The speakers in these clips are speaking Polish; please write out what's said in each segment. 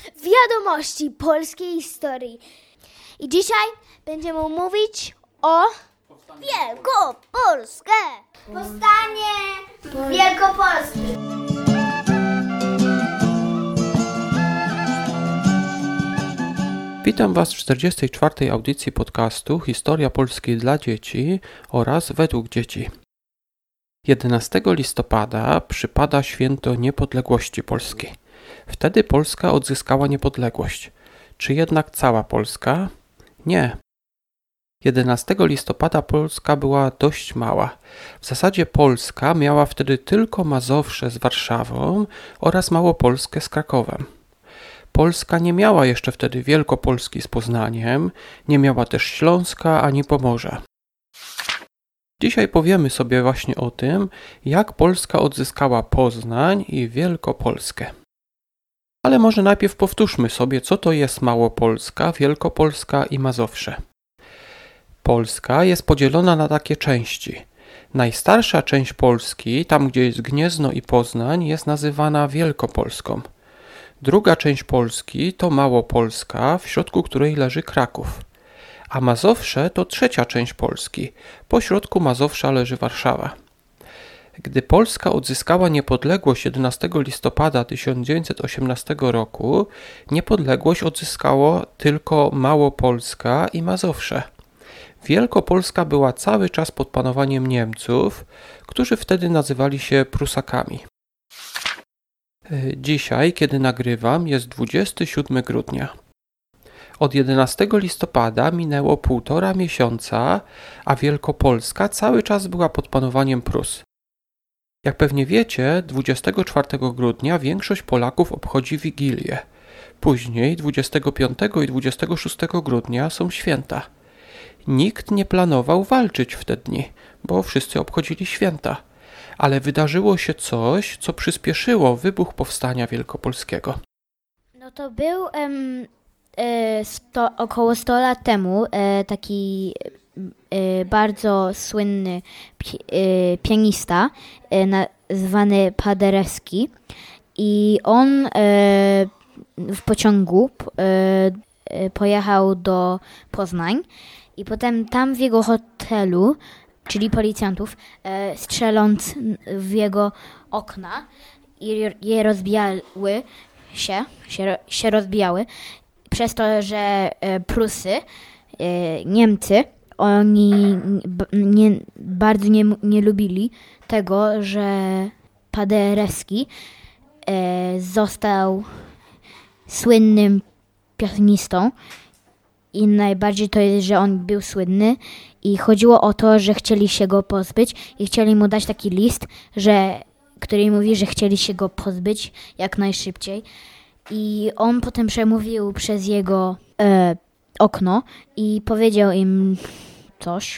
wiadomości polskiej historii. I dzisiaj będziemy mówić o Wielkopolskę. Powstanie Wielkopolski. Witam Was w 44. audycji podcastu Historia Polski dla dzieci oraz według dzieci. 11 listopada przypada święto niepodległości Polski. Wtedy Polska odzyskała niepodległość. Czy jednak cała Polska? Nie. 11 listopada Polska była dość mała. W zasadzie Polska miała wtedy tylko Mazowsze z Warszawą oraz Małopolskę z Krakowem. Polska nie miała jeszcze wtedy Wielkopolski z Poznaniem, nie miała też Śląska ani Pomorza. Dzisiaj powiemy sobie właśnie o tym, jak Polska odzyskała Poznań i Wielkopolskę. Ale może najpierw powtórzmy sobie, co to jest Małopolska, Wielkopolska i Mazowsze. Polska jest podzielona na takie części. Najstarsza część Polski, tam gdzie jest Gniezno i Poznań, jest nazywana Wielkopolską. Druga część Polski to Małopolska, w środku której leży Kraków. A Mazowsze to trzecia część Polski. Po środku Mazowsza leży Warszawa. Gdy Polska odzyskała niepodległość 11 listopada 1918 roku, niepodległość odzyskało tylko Małopolska i Mazowsze. Wielkopolska była cały czas pod panowaniem Niemców, którzy wtedy nazywali się Prusakami. Dzisiaj, kiedy nagrywam, jest 27 grudnia. Od 11 listopada minęło 1,5 miesiąca, a Wielkopolska cały czas była pod panowaniem Prus. Jak pewnie wiecie, 24 grudnia większość Polaków obchodzi Wigilię. Później, 25 i 26 grudnia są święta. Nikt nie planował walczyć w te dni, bo wszyscy obchodzili święta. Ale wydarzyło się coś, co przyspieszyło wybuch powstania wielkopolskiego. No to był około 100 lat temu taki bardzo słynny pianista zwany Paderewski i on w pociągu pojechał do Poznań i potem tam w jego hotelu, czyli policjantów, strzeląc w jego okna i je rozbijały się rozbijały, przez to, że Prusy, Niemcy, oni bardzo nie lubili tego, że Paderewski został słynnym pianistą i najbardziej to jest, że on był słynny i chodziło o to, że chcieli się go pozbyć i chcieli mu dać taki list, który mówi, że chcieli się go pozbyć jak najszybciej. I on potem przemówił przez jego okno i powiedział im coś.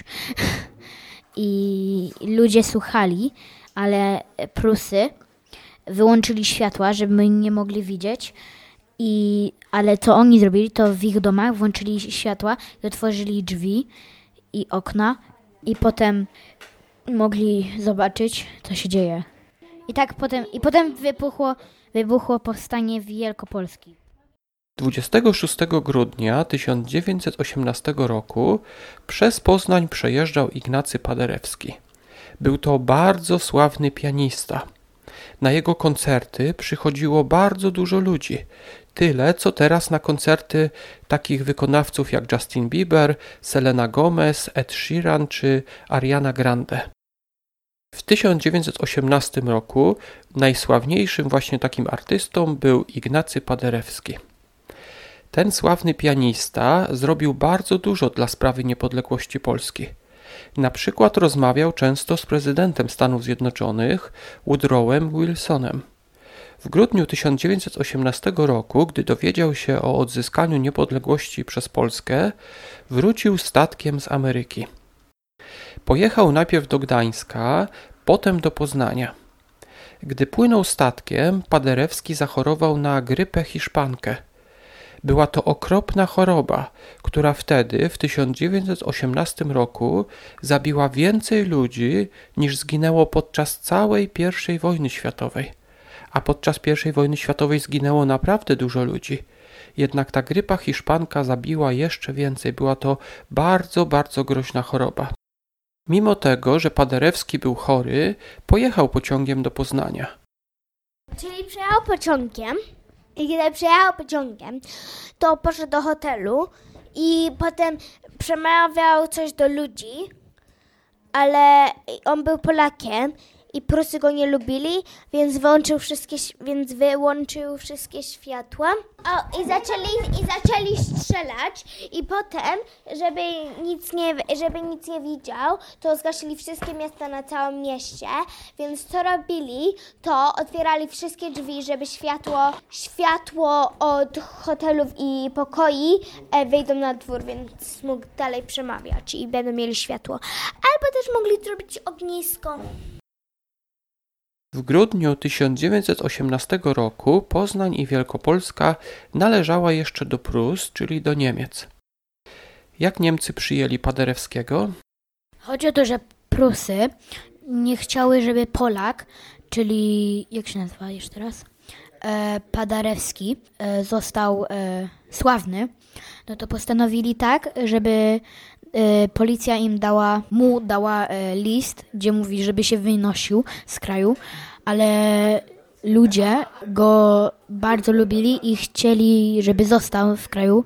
I ludzie słuchali, ale Prusy wyłączyli światła, żeby my nie mogli widzieć. Ale co oni zrobili, to w ich domach włączyli światła i otworzyli drzwi i okna i potem mogli zobaczyć, co się dzieje. I potem wybuchło powstanie Wielkopolski. 26 grudnia 1918 roku przez Poznań przejeżdżał Ignacy Paderewski. Był to bardzo sławny pianista. Na jego koncerty przychodziło bardzo dużo ludzi. Tyle, co teraz na koncerty takich wykonawców jak Justin Bieber, Selena Gomez, Ed Sheeran czy Ariana Grande. W 1918 roku najsławniejszym właśnie takim artystą był Ignacy Paderewski. Ten sławny pianista zrobił bardzo dużo dla sprawy niepodległości Polski. Na przykład rozmawiał często z prezydentem Stanów Zjednoczonych, Woodrowem Wilsonem. W grudniu 1918 roku, gdy dowiedział się o odzyskaniu niepodległości przez Polskę, wrócił statkiem z Ameryki. Pojechał najpierw do Gdańska, potem do Poznania. Gdy płynął statkiem, Paderewski zachorował na grypę hiszpankę. Była to okropna choroba, która wtedy, w 1918 roku, zabiła więcej ludzi niż zginęło podczas całej I wojny światowej. A podczas I wojny światowej zginęło naprawdę dużo ludzi. Jednak ta grypa hiszpanka zabiła jeszcze więcej. Była to bardzo, bardzo groźna choroba. Mimo tego, że Paderewski był chory, pojechał pociągiem do Poznania. Czyli przyjechał pociągiem i kiedy przyjechał pociągiem, to poszedł do hotelu i potem przemawiał coś do ludzi, ale on był Polakiem i Prusy go nie lubili, więc wyłączył wszystkie światła. I zaczęli strzelać i potem, żeby nic nie widział, to zgasili wszystkie miasta na całym mieście, więc co robili, to otwierali wszystkie drzwi, żeby światło od hotelów i pokoi wyjdą na dwór, więc mógł dalej przemawiać i będą mieli światło. Albo też mogli zrobić ognisko. W grudniu 1918 roku Poznań i Wielkopolska należała jeszcze do Prus, czyli do Niemiec. Jak Niemcy przyjęli Paderewskiego? Chodzi o to, że Prusy nie chciały, żeby Polak, czyli jak się nazywa jeszcze raz? Paderewski został sławny. No to postanowili tak, żeby policja mu dała list, gdzie mówi, żeby się wynosił z kraju, ale ludzie go bardzo lubili i chcieli, żeby został w kraju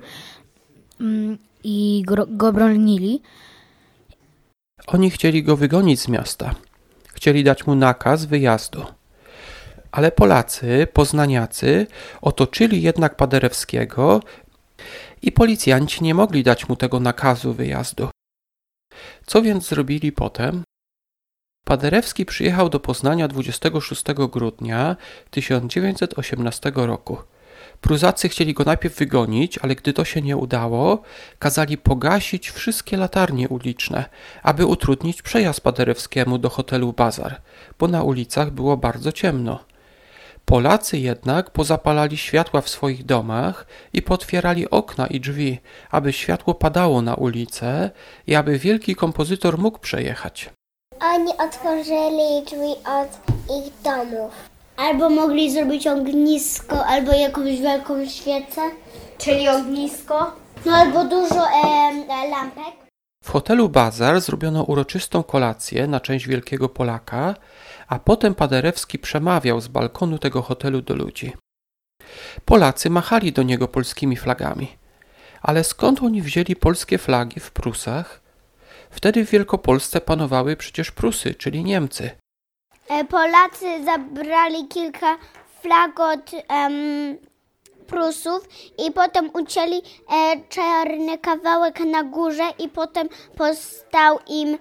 i go bronili. Oni chcieli go wygonić z miasta. Chcieli dać mu nakaz wyjazdu. Ale Polacy, poznaniacy, otoczyli jednak Paderewskiego i policjanci nie mogli dać mu tego nakazu wyjazdu. Co więc zrobili potem? Paderewski przyjechał do Poznania 26 grudnia 1918 roku. Prusacy chcieli go najpierw wygonić, ale gdy to się nie udało, kazali pogasić wszystkie latarnie uliczne, aby utrudnić przejazd Paderewskiemu do hotelu Bazar, bo na ulicach było bardzo ciemno. Polacy jednak pozapalali światła w swoich domach i potwierali okna i drzwi, aby światło padało na ulicę i aby wielki kompozytor mógł przejechać. Oni otworzyli drzwi od ich domów. Albo mogli zrobić ognisko, albo jakąś wielką świecę. Czyli ognisko. No albo dużo lampek. W hotelu Bazar zrobiono uroczystą kolację na cześć wielkiego Polaka, a potem Paderewski przemawiał z balkonu tego hotelu do ludzi. Polacy machali do niego polskimi flagami. Ale skąd oni wzięli polskie flagi w Prusach? Wtedy w Wielkopolsce panowały przecież Prusy, czyli Niemcy. Polacy zabrali kilka flag od Prusów i potem ucięli czarny kawałek na górze i potem powstał im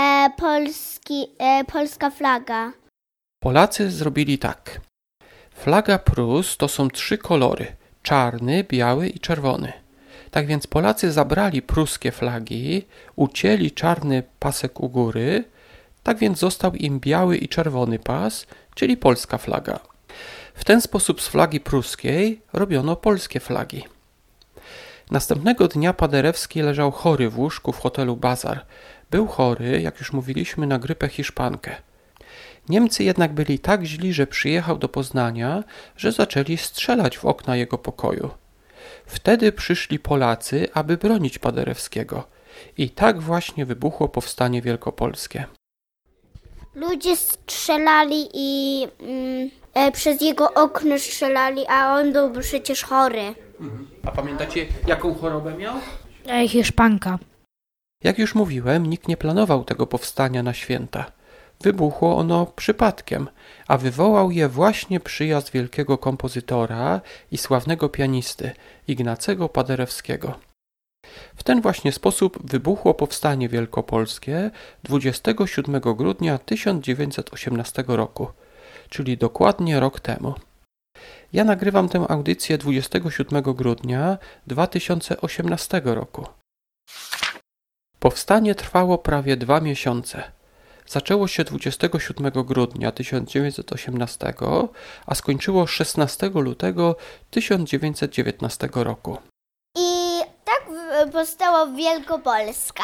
polska flaga. Polacy zrobili tak. Flaga Prus to są 3 kolory: czarny, biały i czerwony. Tak więc Polacy zabrali pruskie flagi, ucięli czarny pasek u góry, tak więc został im biały i czerwony pas, czyli polska flaga. W ten sposób z flagi pruskiej robiono polskie flagi. Następnego dnia Paderewski leżał chory w łóżku w hotelu Bazar. Był chory, jak już mówiliśmy, na grypę hiszpankę. Niemcy jednak byli tak źli, że przyjechał do Poznania, że zaczęli strzelać w okna jego pokoju. Wtedy przyszli Polacy, aby bronić Paderewskiego. I tak właśnie wybuchło powstanie wielkopolskie. Ludzie strzelali i przez jego okno strzelali, a on był przecież chory. A pamiętacie, jaką chorobę miał? Hiszpanka. Jak już mówiłem, nikt nie planował tego powstania na święta. Wybuchło ono przypadkiem, a wywołał je właśnie przyjazd wielkiego kompozytora i sławnego pianisty Ignacego Paderewskiego. W ten właśnie sposób wybuchło powstanie wielkopolskie 27 grudnia 1918 roku, czyli dokładnie rok temu. Ja nagrywam tę audycję 27 grudnia 2018 roku. Powstanie trwało prawie 2 miesiące. Zaczęło się 27 grudnia 1918, a skończyło 16 lutego 1919 roku. I tak powstała Wielkopolska.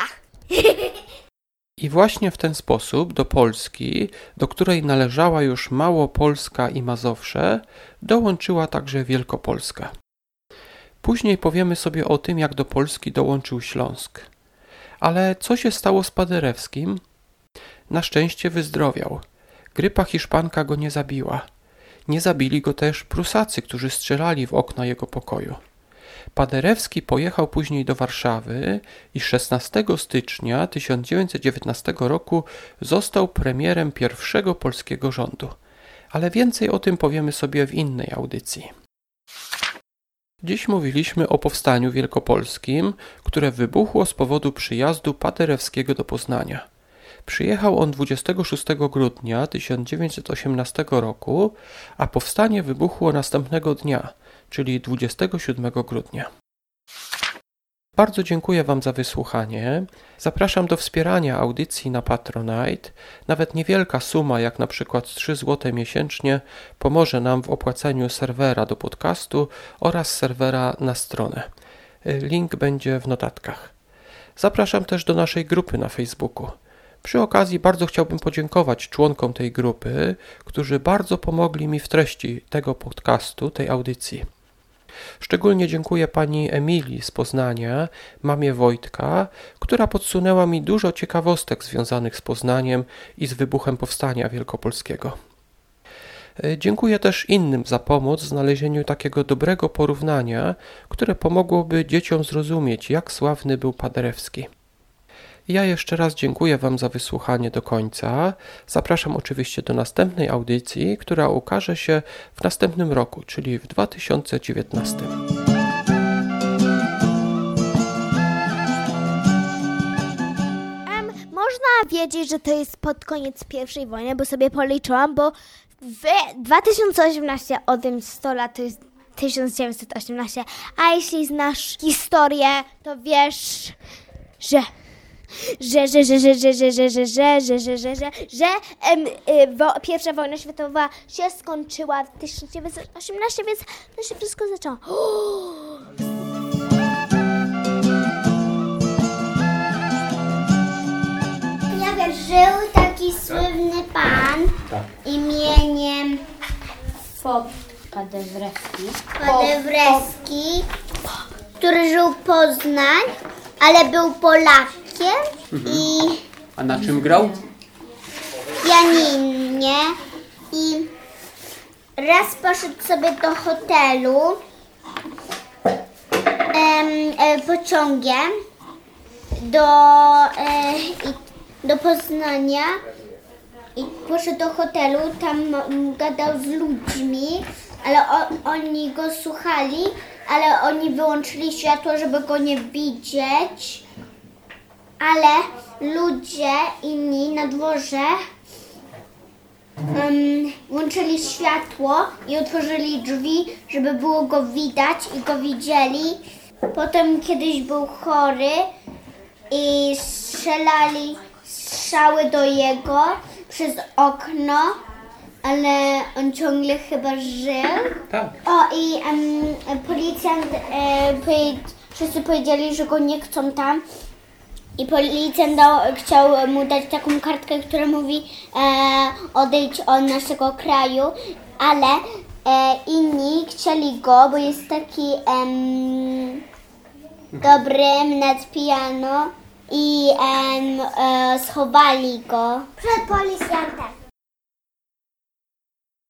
I właśnie w ten sposób do Polski, do której należała już Małopolska i Mazowsze, dołączyła także Wielkopolska. Później powiemy sobie o tym, jak do Polski dołączył Śląsk. Ale co się stało z Paderewskim? Na szczęście wyzdrowiał. Grypa hiszpanka go nie zabiła. Nie zabili go też Prusacy, którzy strzelali w okna jego pokoju. Paderewski pojechał później do Warszawy i 16 stycznia 1919 roku został premierem pierwszego polskiego rządu. Ale więcej o tym powiemy sobie w innej audycji. Dziś mówiliśmy o powstaniu wielkopolskim, które wybuchło z powodu przyjazdu Paderewskiego do Poznania. Przyjechał on 26 grudnia 1918 roku, a powstanie wybuchło następnego dnia, czyli 27 grudnia. Bardzo dziękuję Wam za wysłuchanie. Zapraszam do wspierania audycji na Patronite. Nawet niewielka suma, jak na przykład 3 zł miesięcznie, pomoże nam w opłaceniu serwera do podcastu oraz serwera na stronę. Link będzie w notatkach. Zapraszam też do naszej grupy na Facebooku. Przy okazji bardzo chciałbym podziękować członkom tej grupy, którzy bardzo pomogli mi w treści tego podcastu, tej audycji. Szczególnie dziękuję pani Emilii z Poznania, mamie Wojtka, która podsunęła mi dużo ciekawostek związanych z Poznaniem i z wybuchem Powstania Wielkopolskiego. Dziękuję też innym za pomoc w znalezieniu takiego dobrego porównania, które pomogłoby dzieciom zrozumieć, jak sławny był Paderewski. Ja jeszcze raz dziękuję Wam za wysłuchanie do końca. Zapraszam oczywiście do następnej audycji, która ukaże się w następnym roku, czyli w 2019. Można wiedzieć, że to jest pod koniec I wojny, bo sobie policzyłam, bo w 2018 o tym 100 lat to jest 1918, a jeśli znasz historię, to wiesz, że Pierwsza wojna światowa się skończyła w 1918, więc to się wszystko zaczęło. Żył taki słynny pan imieniem Paderewski, który żył w Poznań, ale był Polakiem. A na czym grał? Pianinie i raz poszedł sobie do hotelu pociągiem do Poznania i poszedł do hotelu, tam gadał z ludźmi, ale oni go słuchali, ale oni wyłączyli światło, żeby go nie widzieć. Ale ludzie inni na dworze włączyli światło i otworzyli drzwi, żeby było go widać i go widzieli. Potem kiedyś był chory i strzelali strzały do jego przez okno, ale on ciągle chyba żył. Tak. O i policjant, wszyscy powiedzieli, że go nie chcą tam. I policjant chciał mu dać taką kartkę, która mówi odejdź od naszego kraju, ale inni chcieli go, bo jest taki dobry nad piano i schowali go przed policjantem.